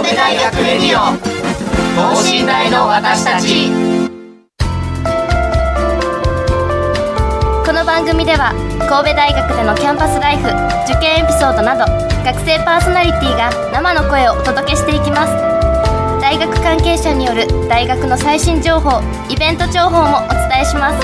神戸大学レディオ等身大の私たち。 この番組では神戸大学でのキャンパスライフ、受験エピソードなど学生パーソナリティが生の声をお届けしていきます。大学関係者による大学の最新情報、イベント情報もお伝えします。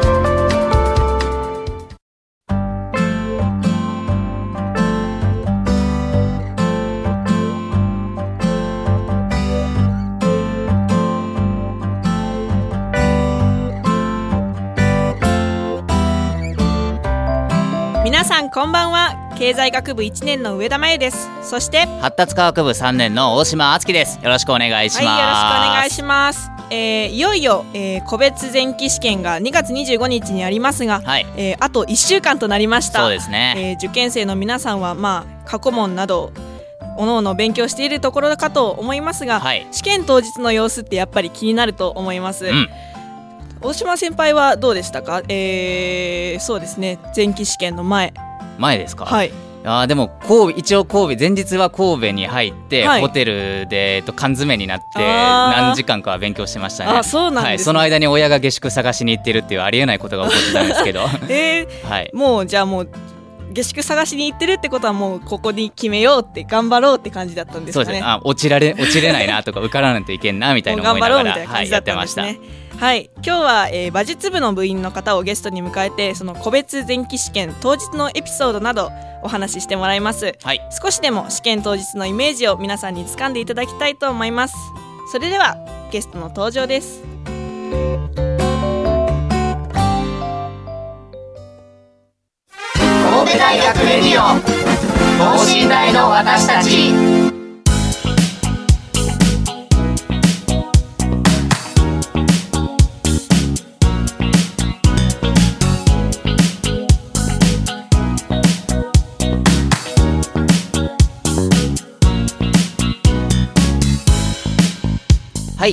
皆さんこんばんは。経済学部1年の上田真由です。そして発達科学部3年の大島敦樹です。よろしくお願いします。 はい、よろしくお願いします。いよいよ、個別前期試験が2月25日にありますが、 はい、 あと1週間となりました。 そうですね。 受験生の皆さんは、過去問などおのおの勉強しているところかと思いますが、はい、試験当日の様子ってやっぱり気になると思います。大島先輩はどうでしたか？そうですね、前期試験の前ですか？ はい。 でも一応神戸、前日は神戸に入って、はい、ホテルで、缶詰になって何時間かは勉強してましたね。 そうなんですね。はい、 その間に親が下宿探しに行ってるっていうありえないことが起こってたんですけどはい、もうじゃあもう下宿探しに行ってるってことはもうここに決めようって頑張ろうって感じだったんですかね。 そうですね。落ちれないなとか受からないといけんなみたいな思いながら頑張ろうみたいな感じだったんですね。はい、やってました。はい、今日は、馬術部の部員の方をゲストに迎えて、その個別前期試験当日のエピソードなどお話ししてもらいます。はい、少しでも試験当日のイメージを皆さんに掴んでいただきたいと思います。それではゲストの登場です。 神戸大学レディオ等身大の私たち。 はい、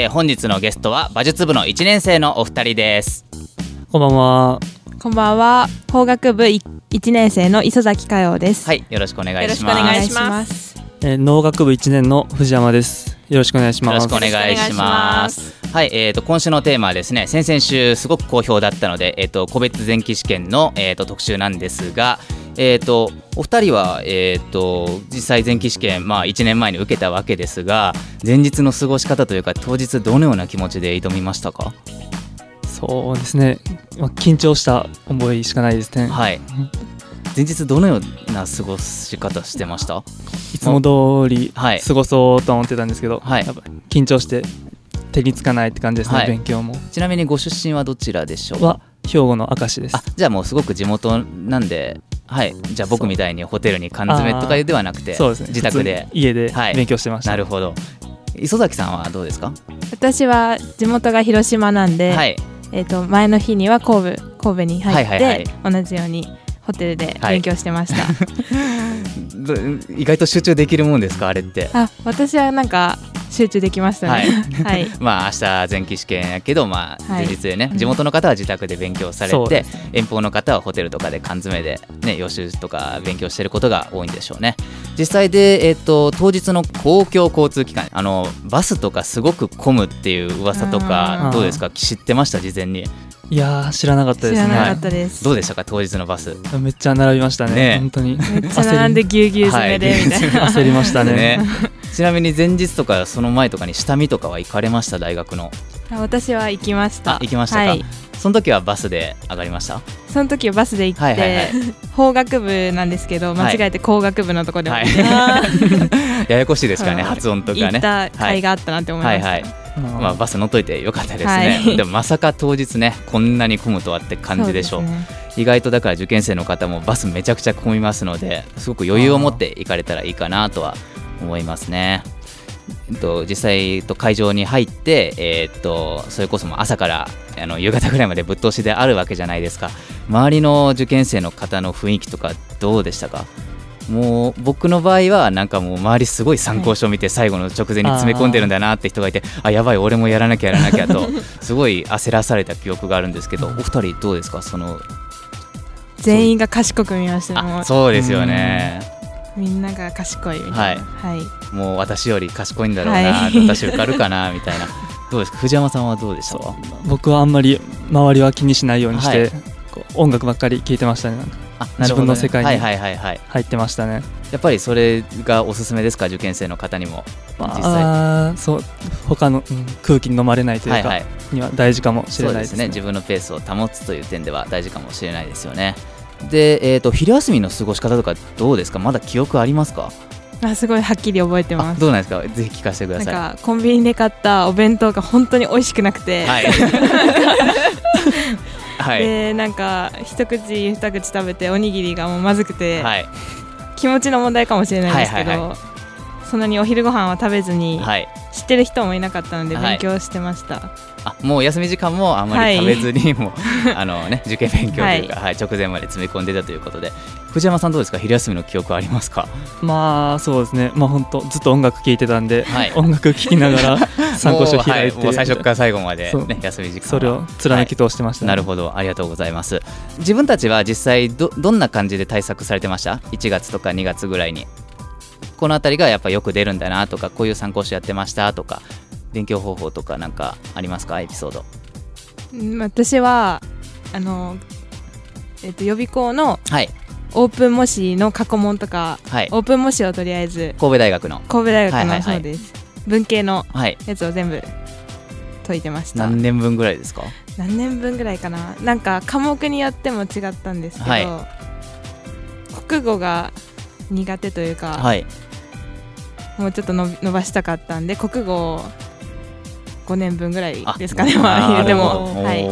本日のゲストは馬術部の1年生のお二人です。 こんばんは。 こんばんは。法学部1年生の磯崎佳代です。 はい、よろしくお願いします。 よろしくお願いします。 農学部1年の藤山です。よろしくお願いします。 よろしくお願いします。はい、今週のテーマはですね、先々週すごく好評だったので、個別前期試験の、特集なんですが、お二人は、実際前期試験、1年前に受けたわけですが、前日の過ごし方というか当日どのような気持ちで挑みましたか？ そうですね、緊張した思いしかないですね。 はい。前日どのような過ごし方してました？ いつも通り過ごそうと思ってたんですけど、やっぱ緊張して手につかないって感じですね。勉強も。 ちなみにご出身はどちらでしょう？ は兵庫の明石です。 じゃあもうすごく地元なんで、はい、じゃあ僕みたいにホテルに缶詰とかではなくて、 そうですね、 自宅で家で勉強してました。 なるほど。磯崎さんはどうですか？ 私は地元が広島なんで、はい、前の日には神戸に入って、同じようにホテルで勉強してました。 意外と集中できるもんですか、あれって？ 私はなんか集中できましたね。はい。 明日前期試験やけど、前日でね、地元の方は自宅で勉強されて、遠方の方はホテルとかで缶詰でね、予習とか勉強してることが多いんでしょうね。実際で、当日の公共交通機関、バスとかすごく混むっていう噂とかどうですか？知ってました？事前に。 いや知らなかったですね。 知らなかったです。 どうでしたか？当日のバス。 めっちゃ並びましたね。本当にめっちゃ並んでぎゅうぎゅう詰めでみたいな。 焦りましたね。 ちなみに前日とかその前とかに下見とかは行かれました？大学の。 私は行きました。 行きましたか？はい、その時はバスで上がりました？ その時はバスで行って、法学部なんですけど間違えて工学部のところで降りて、 ややこしいですからね、発音とかね。 行った甲斐があったなって思いました。 バス乗っといてよかったですね。でもまさか当日ね、こんなに混むとはって感じでしょう。意外とだから受験生の方もバスめちゃくちゃ混みますので、すごく余裕を持って行かれたらいいかなとは思いますね。実際会場に入って、それこそも朝から夕方ぐらいまでぶっ通しであるわけじゃないですか。周りの受験生の方の雰囲気とかどうでしたか？もう僕の場合はなんかもう周りすごい参考書を見て最後の直前に詰め込んでるんだなって人がいて、やばい俺もやらなきゃとすごい焦らされた記憶があるんですけど、お二人どうですか？ 全員が賢く見ましたね。 そうですよね。 みんなが賢いみたいな、はいはい、 もう私より賢いんだろうな、はい、私受かるかなみたいなどうですか藤山さんはどうでしたか？ 僕はあんまり周りは気にしないようにして、はい、音楽ばっかり聴いてましたね。自分の世界に入ってましたね。 やっぱりそれがおすすめですか？受験生の方にも実際そう他の、空気に飲まれないというか、には大事かもしれないですね。 自分のペースを保つという点では大事かもしれないですよね。で、昼休みの過ごし方とかどうですか？まだ記憶ありますか？ すごいはっきり覚えてます。 どうなんですか？ぜひ聞かせてください。 なんかコンビニで買ったお弁当が本当に美味しくなくて、はいはい、でなんか一口二口食べておにぎりがもうまずくて、はい、気持ちの問題かもしれないですけど、はいはいはい、そんなにお昼ご飯は食べずに、はい、知ってる人もいなかったので勉強してました、 はい、もう休み時間もあまり食べずに、もう受験勉強というか、はい、直前まで詰め込んでたということで、藤山さんどうですか？昼休みの記憶ありますか？ そうですね、本当ずっと音楽聴いてたんで、はい、音楽聴きながら参考書開いて、 もう最初から最後まで、休み時間はそれを貫き通してました、ね。 なるほど、ありがとうございます。自分たちは実際 どんな感じで対策されてました？ 1 月とか2月ぐらいにこのあたりがやっぱよく出るんだなとか、こういう参考書やってましたとか、勉強方法とかなんかありますか？エピソード。 私は予備校のオープン模試の過去問とか、はい、オープン模試をとりあえず神戸大学の、 はいはいはい、そうです、文系のやつを全部解いてました。 何年分ぐらいですか？ 何年分ぐらいかな。なんか科目によっても違ったんですけど、はい、国語が苦手というか、はい、もうちょっと伸ばしたかったんで国語を5年分ぐらいですかね。でも、はい、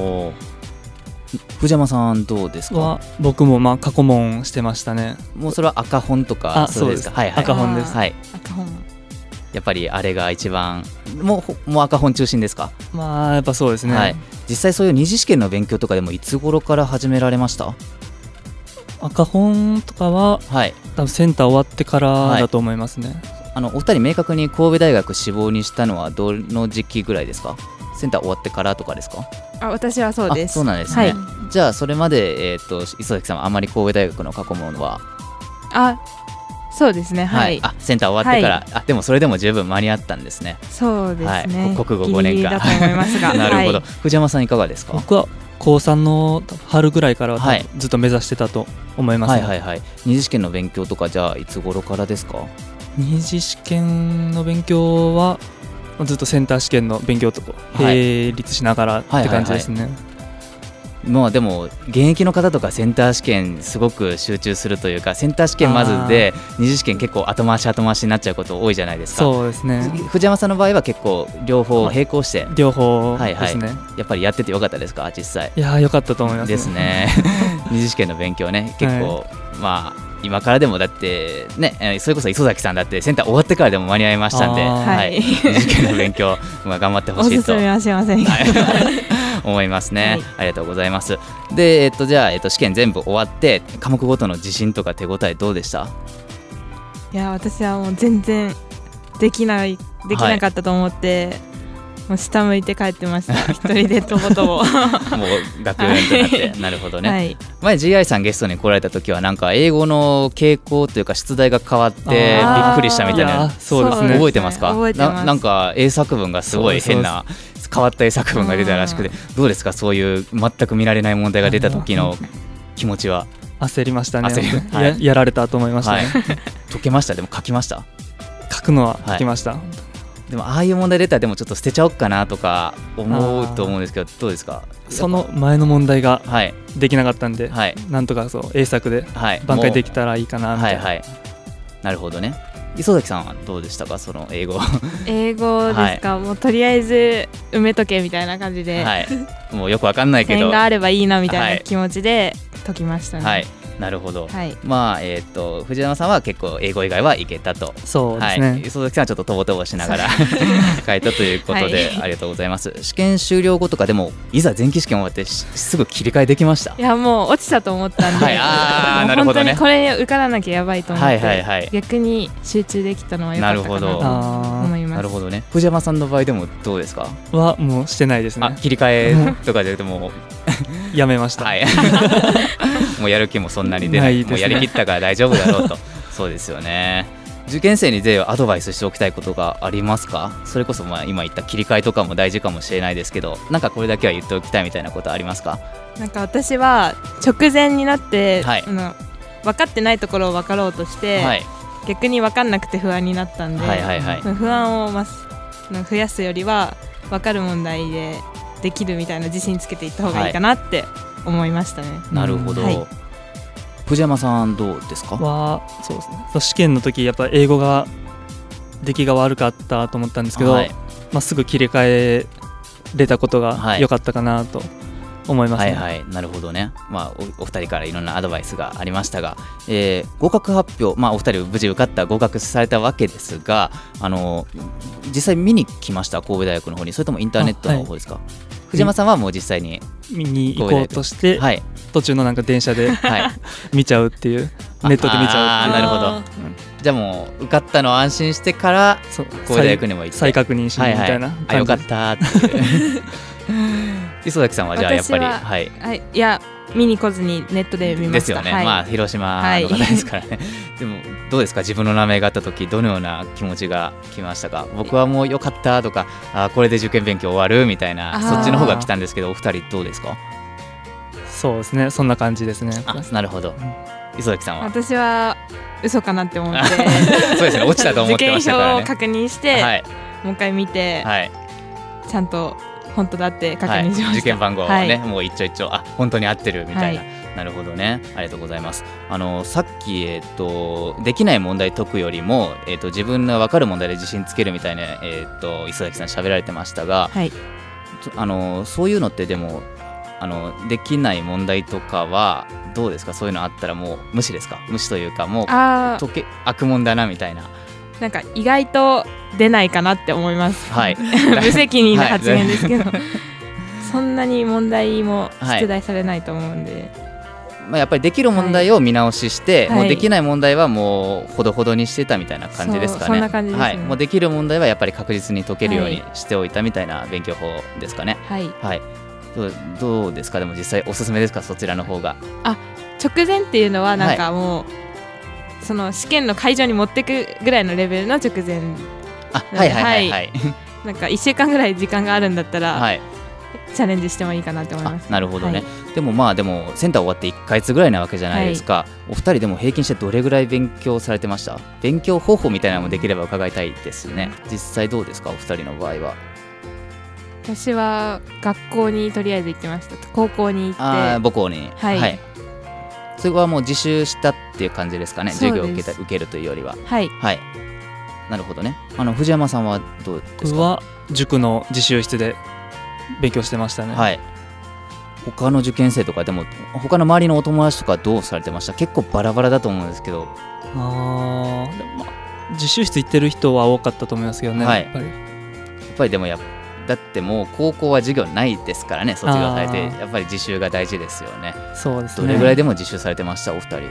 藤山さんどうですか？ 僕も過去問してましたね。 もうそれは赤本とかそうですか？はいはい、赤本です、はい、 赤本。 やっぱりあれが一番もう赤本中心ですか？ やっぱそうですね、はい、 実際そういう二次試験の勉強とかでもいつ頃から始められました？ 赤本とかは、はい、多分センター終わってからだと思いますね、 はい、お二人明確に神戸大学志望にしたのはどの時期ぐらいですか？センター終わってからとかですか？ 私はそうです。 そうなんですね、はい、じゃあそれまで、磯崎さんはあまり神戸大学の過去問はそうですね、はい、 センター終わってから、はい、でもそれでも十分間に合ったんですね。 そうですね、 はい、国語5年間ギリギリだと思いますがなるほど、 はい、 藤山さんいかがですか？ 僕は高3の春ぐらいからはずっと目指してたと思います、ね、 はいはいはい。二次試験の勉強とかじゃあいつ頃からですか？ 二次試験の勉強はずっとセンター試験の勉強と並立しながらって感じですね。 でも現役の方とかセンター試験すごく集中するというか、センター試験まずで二次試験結構後回しになっちゃうこと多いじゃないですか。 そうですね。 藤山さんの場合は結構両方並行して、 両方ですね、はいはい、 やっぱりやっててよかったですか？実際。 いや良かったと思います、 ですね二次試験の勉強ね、結構、はい、今からでもだってね、それこそ磯崎さんだってセンター終わってからでも間に合いましたんで、はい、二次試験の勉強頑張ってほしいとおすすめはしません思いますね、 はい、 ありがとうございます。で、じゃあ、試験全部終わって科目ごとの自信とか手応えどうでした？ いや私はもう全然できなかったと思って、はい、もう下向いて帰ってました一人でとぼとぼもう学園となってなるほどね、はい、前 GI さんゲストに来られた時はなんか英語の傾向というか出題が変わってびっくりしたみたいな。 そうですね、 覚えてますか？ 覚えてます。 なんか英作文がすごい変な変わった英作文が出たらしくて、どうですか？そういう全く見られない問題が出た時の気持ちは。 焦りましたね。はい、やられたと思いましたね、はい、 解けました？でも書きました？ 書くのは書きました、はい、 でもああいう問題出たらでもちょっと捨てちゃおうかなとか思うと思うんですけど、どうですか？ その前の問題ができなかったんで、はい、なんとか英作で挽回できたらいいかなみたいな、はいはい、 なるほどね。磯崎さんはどうでしたか？その英語ですか、はい、もうとりあえず埋めとけみたいな感じで、はい、 もうよくわかんないけど点があればいいなみたいな気持ちで解きましたね、 はい、なるほど、はい、藤山さんは結構英語以外はいけたと。 そうですね、 はい、磯崎さんはちょっととぼとぼしながら書いたということで、はい、ありがとうございます。試験終了後とかでもいざ前期試験終わってすぐ切り替えできました？ いやもう落ちたと思ったんで、 はい、なるほどね、 本当にこれ受からなきゃやばいと思って、はいはいはい、逆に集中できたのは良かったかなと思います。 なるほどね。藤山さんの場合でもどうですか？ はもうしてないですね。 切り替えとかでもやめました、 はい、もうやる気もそんなに出ない、もうやりきったから大丈夫だろうとそうですよね。受験生にぜひアドバイスしておきたいことがありますか？それこそ今言った切り替えとかも大事かもしれないですけど、なんかこれだけは言っておきたいみたいなことありますか？ なんか私は直前になって、分かってないところを分かろうとして、逆に分かんなくて不安になったんで、不安を増やすよりは分かる問題でできるみたいな自信つけていった方がいいかなって思いましたね。 なるほど、藤山さんどうですか？ そうですね、試験の時やっぱ英語が出来が悪かったと思ったんですけど、すぐ切り替えれたことが良かったかなと思いますね。 なるほどね。お二人からいろんなアドバイスがありましたが、合格発表、お二人無事受かった合格されたわけですが、実際見に来ました？神戸大学の方に、それともインターネットの方ですか？藤山さんはもう実際に見に行こうとして、途中のなんか電車で見ちゃうっていう、ネットで見ちゃうっていう。 なるほど、じゃあもう受かったのを安心してから神戸大学にも行って再確認しにみたいな感じ、 よかったっていう磯崎さんはじゃあやっぱりいや見に来ずにネットで見ました。 ですよね、広島の方ですからね、でもどうですか、自分の名前があった時どのような気持ちがきましたか？僕はもうよかったとか、これで受験勉強終わるみたいな、そっちの方が来たんですけど、お二人どうですか？ そうですね、そんな感じですね。 なるほど、磯崎さんは？ 私は嘘かなって思ってそうですね、落ちたと思ってましたからね。 受験票を確認して、もう一回見て、ちゃんと本当だって確認しました。 受験番号をね、もう一丁一丁本当に合ってるみたいな、なるほどね、ありがとうございます。さっき、できない問題解くよりも、自分の分かる問題で自信つけるみたいな、磯崎さん喋られてましたが、そういうのってでもできない問題とかはどうですか？そういうのあったらもう無視ですか？無視というか、もう悪問だなみたいな。 なんか意外と出ないかなって思います、無責任な発言ですけど、そんなに問題も出題されないと思うんで、 やっぱりできる問題を見直しして、もうできない問題はもうほどほどにしてたみたいな感じですかね。 そんな感じですね。 もうできる問題はやっぱり確実に解けるようにしておいたみたいな勉強法ですかね。どうですか？でも実際おすすめですか？そちらの方が。 直前っていうのはなんかもう、その試験の会場に持ってくぐらいのレベルの直前。なんか1週間ぐらい時間があるんだったら、チャレンジしてもいいかなと思います。 なるほどね、でもセンター終わって1ヶ月ぐらいなわけじゃないですか、お二人でも平均してどれぐらい勉強されてました？勉強方法みたいなのもできれば伺いたいですね。実際どうですか？お二人の場合は。 私は学校にとりあえず行ってました。高校に行って、 母校に、それはもう自習したっていう感じですかね？授業を受けるというよりは。なるほどね。藤山さんはどうですか？ 僕は塾の自習室で勉強してましたね。 他の受験生とかでも他の周りのお友達とかどうされてました？結構バラバラだと思うんですけど。 でも自習室行ってる人は多かったと思いますけどね。やっぱりでもだってもう高校は授業ないですからね、卒業されて。やっぱり自習が大事ですよね。 そうですね。 どれぐらいでも自習されてました？お二人。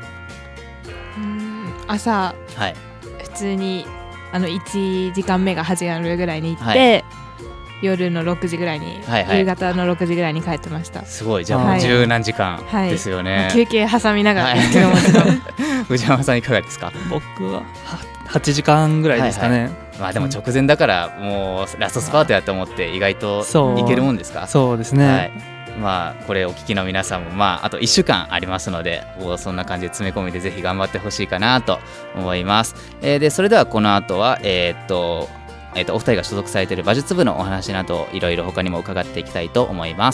朝、普通に1時間目が始まるぐらいに行って、夜の6時ぐらいに、夕方の6時ぐらいに帰ってました。 すごい、じゃあもう十何時間ですよね。 休憩挟みながらですけどもちろん。 藤山さんいかがですか？ 僕は8時間ぐらいですかね。 でも直前だからもうラストスパートやと思って意外といけるもんですか？ そうですね。 これお聞きの皆さんもあと1週間ありますので、もうそんな感じで詰め込みでぜひ頑張ってほしいかなと思います。でそれではこの後はお二人が所属されている馬術部のお話などいろいろ他にも伺っていきたいと思います。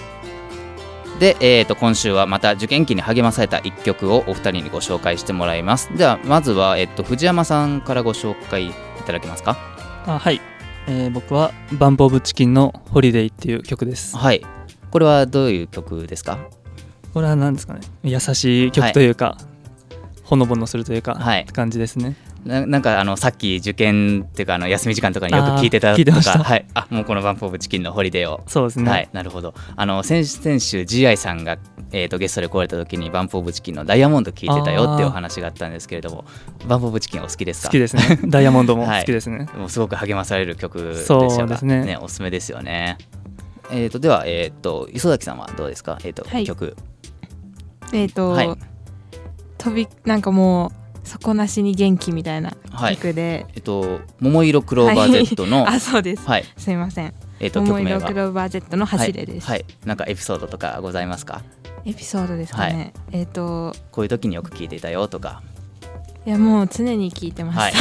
で、今週はまた受験期に励まされた一曲をお二人にご紹介してもらいます。ではまずは、藤山さんからご紹介いただけますか？ 僕はバンプオブチキンのホリデイっていう曲です。 これはどういう曲ですか？ これは何ですかね、優しい曲というか、ほのぼのするというか、って感じですね。 なんかさっき受験っていうか休み時間とかによく聞いてたとか、もうこのバンプオブチキンのホリデーを。 そうですね。 なるほど。先週 GI さんが、ゲストで来られた時にバンプオブチキンのダイヤモンド聞いてたよっていうお話があったんですけれども、バンプオブチキンお好きですか？ 好きですね。ダイヤモンドも好きですね。 もうすごく励まされる曲でしたが、そうですね。 おすすめですよね。では磯崎さんはどうですか？曲。 なんかもう底なしに元気みたいな曲で、 桃色クローバー Z のあ、そうです、すいません、桃色クローバー Z の走れです。 なんかエピソードとかございますか？ エピソードですかね、 こういう時によく聞いていたよとか。 いや、もう常に聞いてました、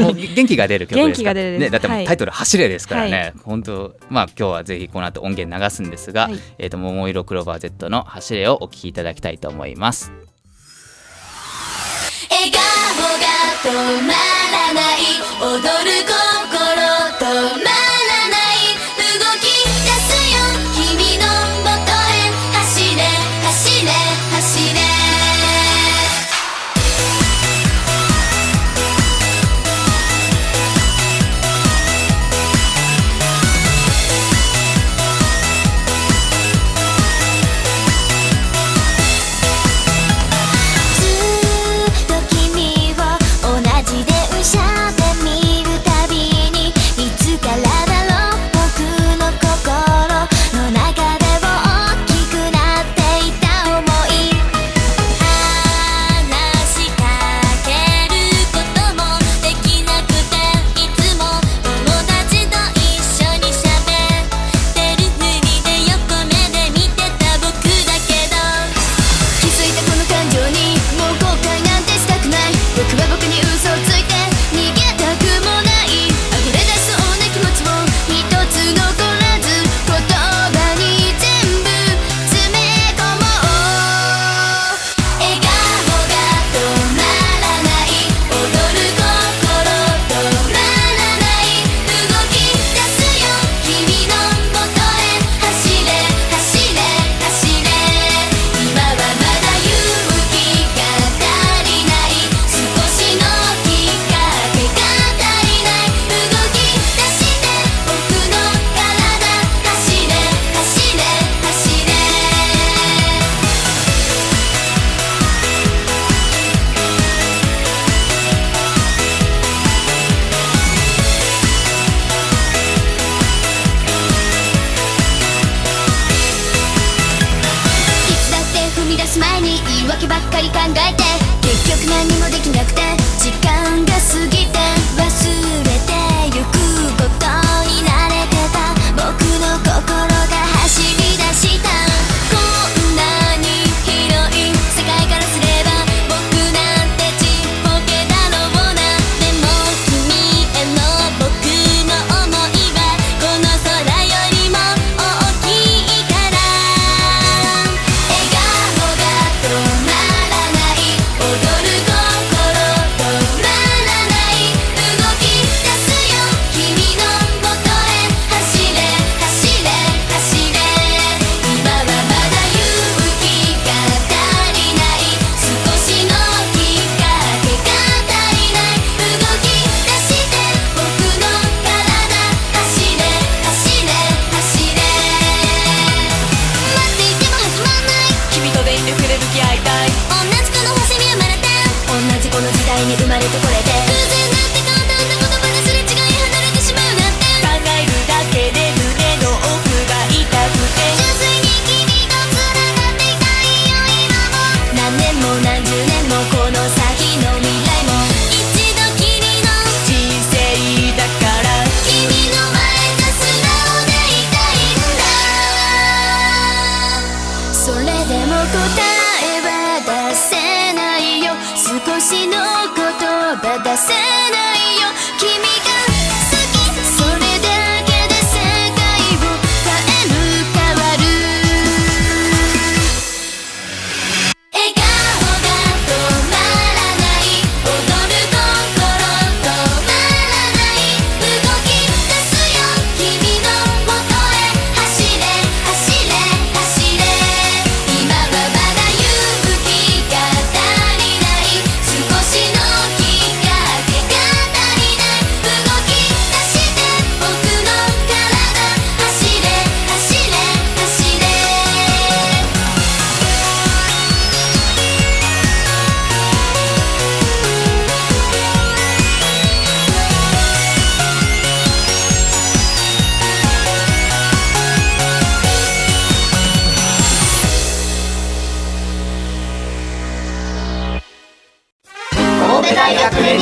もう元気が出る曲ですか？ 元気が出るです、 だってもうタイトル走れですからね、本当、今日はぜひこの後音源流すんですが、桃色クローバー Z の走れをお聴きいただきたいと思います。 笑顔が止まらない、踊る心止まらない、動き出すよ君の元へ、走れ走れ走れ。踊る心止まらない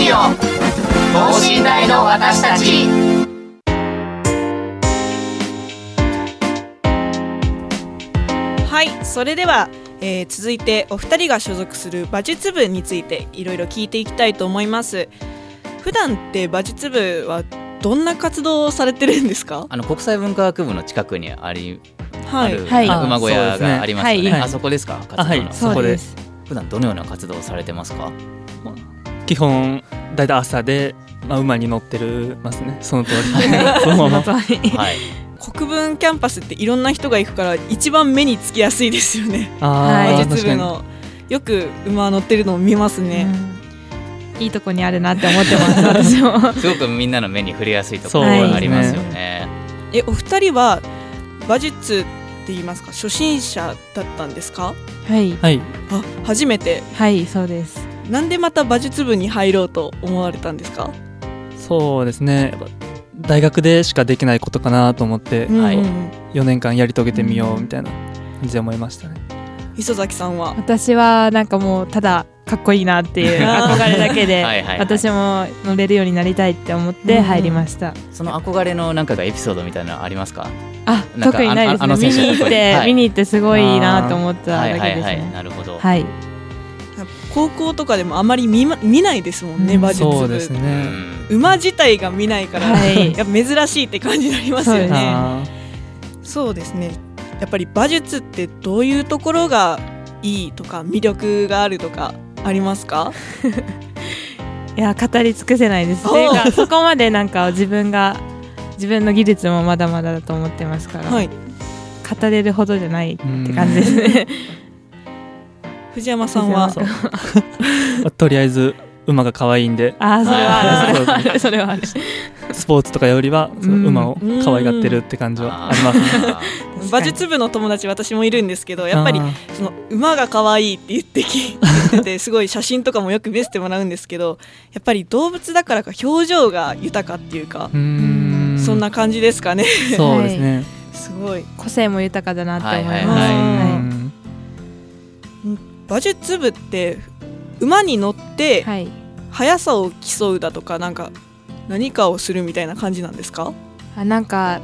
よ等身大の私たち。 はい、それでは、続いてお二人が所属する馬術部についていろいろ聞いていきたいと思います。普段って馬術部はどんな活動をされてるんですか？ 国際文化学部の近くにあるはい馬小屋がありますよね。 はいあそこですか？活動の、 はい、そこです。 普段どのような活動をされてますか？ 基本だいたい朝で、馬に乗ってますね。その通りそのままはい国分キャンパスっていろんな人が行くから一番目につきやすいですよね。馬術部のよく馬乗ってるのを見ますね。 いいとこにあるなって思ってます私もすごくみんなの目に触れやすいところがありますよね。 お二人は馬術って言いますか初心者だったんですか？ はいはい、 初めて。 はいそうです。 なんでまた馬術部に入ろうと思われたんですか？ そうですね、大学でしかできないことかなと思って、4年間やり遂げてみようみたいな感じで思いましたね。 磯崎さんは？ 私はなんかもうただかっこいいなっていう憧れだけで私も乗れるようになりたいって思って入りました。 その憧れのなんかがエピソードみたいなのありますか？ 特にないですね。見に行ってすごいなと思っただけですね。 なるほど。 はい。 高校とかでもあまり見ないですもんね、馬術部。 そうですね。 馬自体が見ないから、やっぱ珍しいって感じになりますよね。そうですね。やっぱり馬術ってどういうところがいいとか魅力があるとかありますか？ いや語り尽くせないです。そこまでなんか自分の技術もまだまだだと思ってますから、語れるほどじゃないって感じですね。 藤山さんはとりあえず馬が可愛いんで、 それはある。 スポーツとかよりはその馬を可愛がってるって感じはありますね。 馬術部の友達私もいるんですけど、やっぱりその馬が可愛いって言っててすごい写真とかもよく見せてもらうんですけど、やっぱり動物だからか表情が豊かっていうか、そんな感じですかね。 そうですね。 すごい個性も豊かだなって思います。 馬術部って馬に乗って速さを競うだとか、なんか何かをするみたいな感じなんですか？ なんか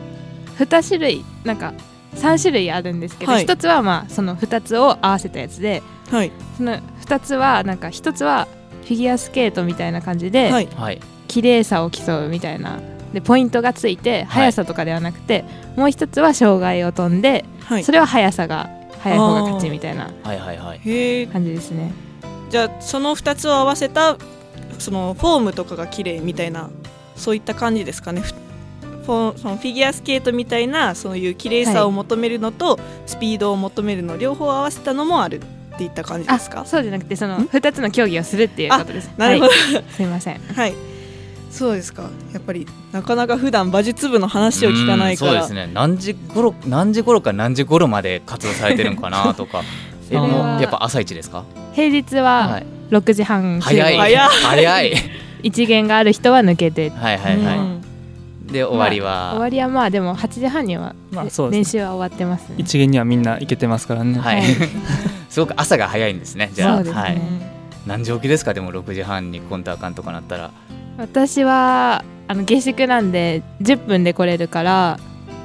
2種類なんか3種類あるんですけど、1つはその2つを合わせたやつで、その2つはなんか1つはフィギュアスケートみたいな感じで、綺麗さを競うみたいなでポイントがついて速さとかではなくて、もう1つは障害を飛んで、それは速さが速い方が勝ちみたいな感じですね。 じゃあその2つを合わせたそのフォームとかが綺麗みたいな、そういった感じですかね。そのフィギュアスケートみたいなそういう綺麗さを求めるのと、スピードを求めるの両方合わせたのもあるっていった感じですか？ そうじゃなくてその2つの競技をするっていうことです。 なるほど、 すいません。 そうですか。やっぱりなかなか普段馬術部の話を聞かないから。 そうですね。何時頃か何時頃まで活動されてるのかなとか。やっぱ朝一ですか？ 平日は6時半集合。 早い。 一限がある人は抜けて。 で終わりはまあでも8時半には練習は終わってますね。 一限にはみんな行けてますからね。 すごく朝が早いんですね。じゃあ何時起きですか？でも6時半にコンターカンとかなったら。 私は下宿なんで10分で来れるから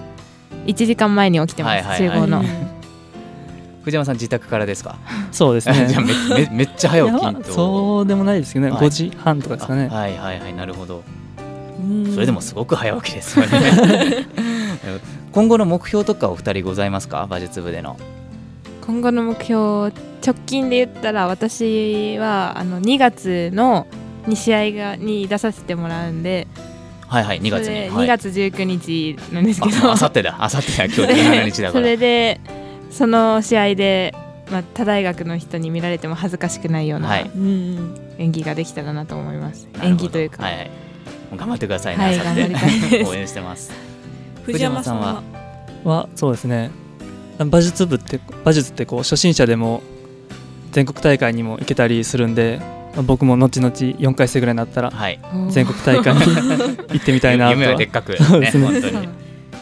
1時間前に起きてます。集合の。 藤山さん自宅からですか？ そうですね。 じゃあめっちゃ早起きと。 そうでもないですけどね。5時半とかですかね。 なるほど。それでもすごく早起きですよね。今後の目標とかお二人ございますか？馬術部での今後の目標、直近で言ったら私は2月の2試合に出させてもらうんで、 2月に 2月19日なんですけど、 あさってだ今日17日だから。 それでその試合で、他大学の人に見られても恥ずかしくないような演技ができたらなと思います。演技というか、 頑張ってくださいね。頑張りたいです。応援してます。 藤山さんはそうですね。馬術ってこう初心者でも全国大会にも行けたりするんで、僕も後々4回生ぐらいになったら全国大会に行ってみたいなと。 夢はでっかく、 そうですね。 本当に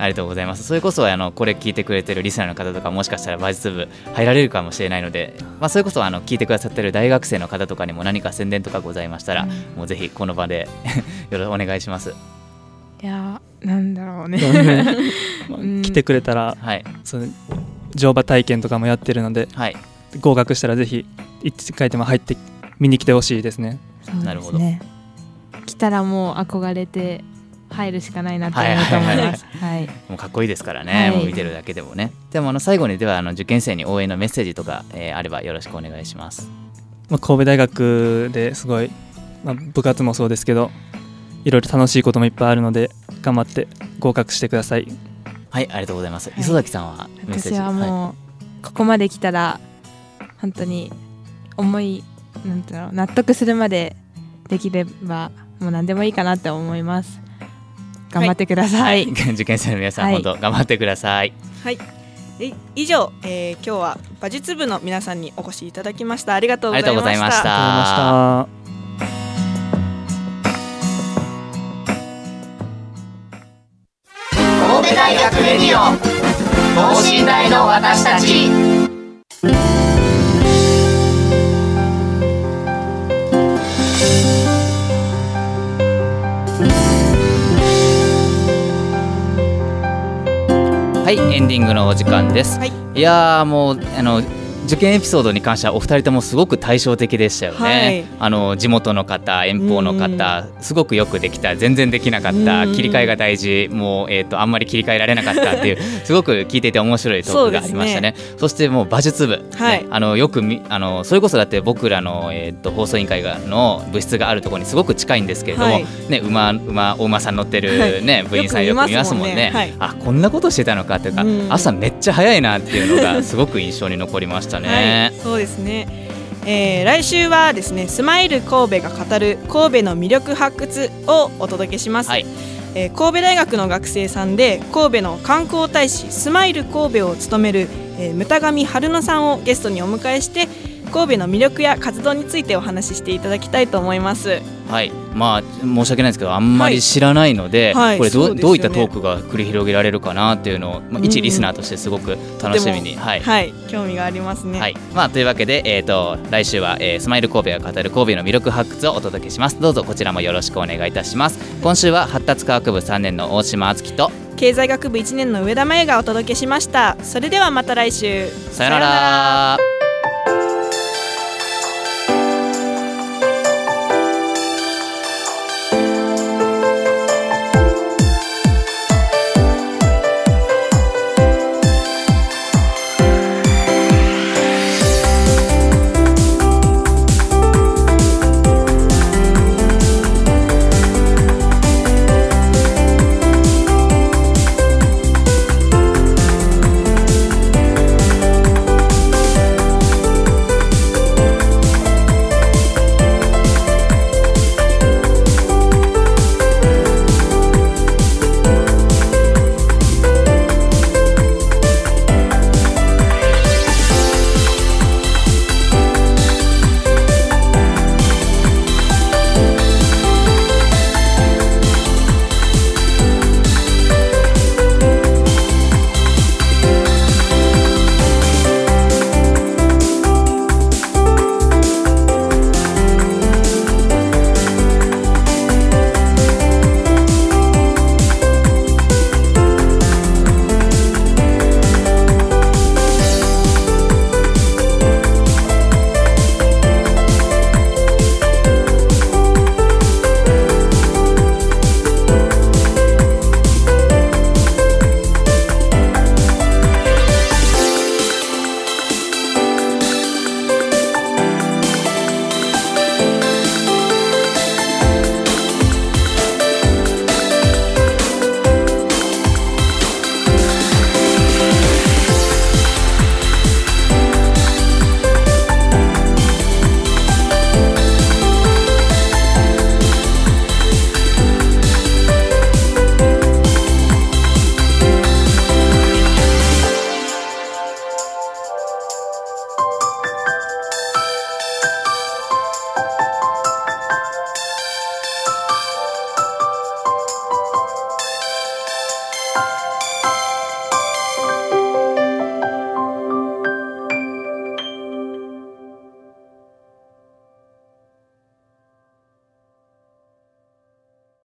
ありがとうございます。それこそこれ聞いてくれてるリスナーの方とかもしかしたら馬術部入られるかもしれないので、それこそ聞いてくださってる大学生の方とかにも何か宣伝とかございましたら、もうぜひこの場でよろしくお願いします。 いやなんだろうね来てくれたら、その乗馬体験とかもやってるので、合格したらぜひ1回でも入って見に来てほしいですね。 なるほど。 来たらもう憧れて入るしかないなと思います。 もうかっこいいですからね、もう見てるだけでもね。でも最後にでは受験生に応援のメッセージとか、あればよろしくお願いします。 神戸大学ですごい、部活もそうですけどいろいろ楽しいこともいっぱいあるので頑張って合格してください。 はい、ありがとうございます。磯崎さんはメッセージ。 私はもう、ここまで来たら本当になんていうの、納得するまでできればもう何でもいいかなって思います。頑張ってください。 受験生の皆さん、本当頑張ってください。 はい。以上、今日は馬術部の皆さんにお越しいただきました。ありがとうございました。 ありがとうございました。 神戸大学レディオ等身大の私たち。 はい、エンディングのお時間です。いやもう受験エピソードに関してはお二人ともすごく対照的でしたよね。地元の方、遠方の方、すごくよくできた、全然できなかった、切り替えが大事、もう、あんまり切り替えられなかったっていうすごく聞いていて面白いトークがありましたね。そしてもう馬術部、よくそれこそだって僕らの、放送委員会の部室があるところにすごく近いんですけれども、お馬さん乗ってる、部員さんよく見ますもんね。あ、こんなことしてたのかというか、朝めっちゃ早いなっていうのがすごく印象に残りましたね。 そうですね。来週はですね、スマイル神戸が語る神戸の魅力発掘をお届けします。神戸大学の学生さんで神戸の観光大使スマイル神戸を務める、牟田上春乃さんをゲストにお迎えして神戸の魅力や活動についてお話ししていただきたいと思います。 はい、申し訳ないんですけどあんまり知らないので、これどういったトークが繰り広げられるかなっていうのを、一リスナーとしてすごく楽しみに、 興味がありますね。 というわけで、来週は、スマイル神戸が語る神戸の魅力発掘をお届けします。どうぞこちらもよろしくお願いいたします。今週は発達科学部3年の大島敦樹と経済学部1年の上田真由がお届けしました。それではまた来週。 さよなら。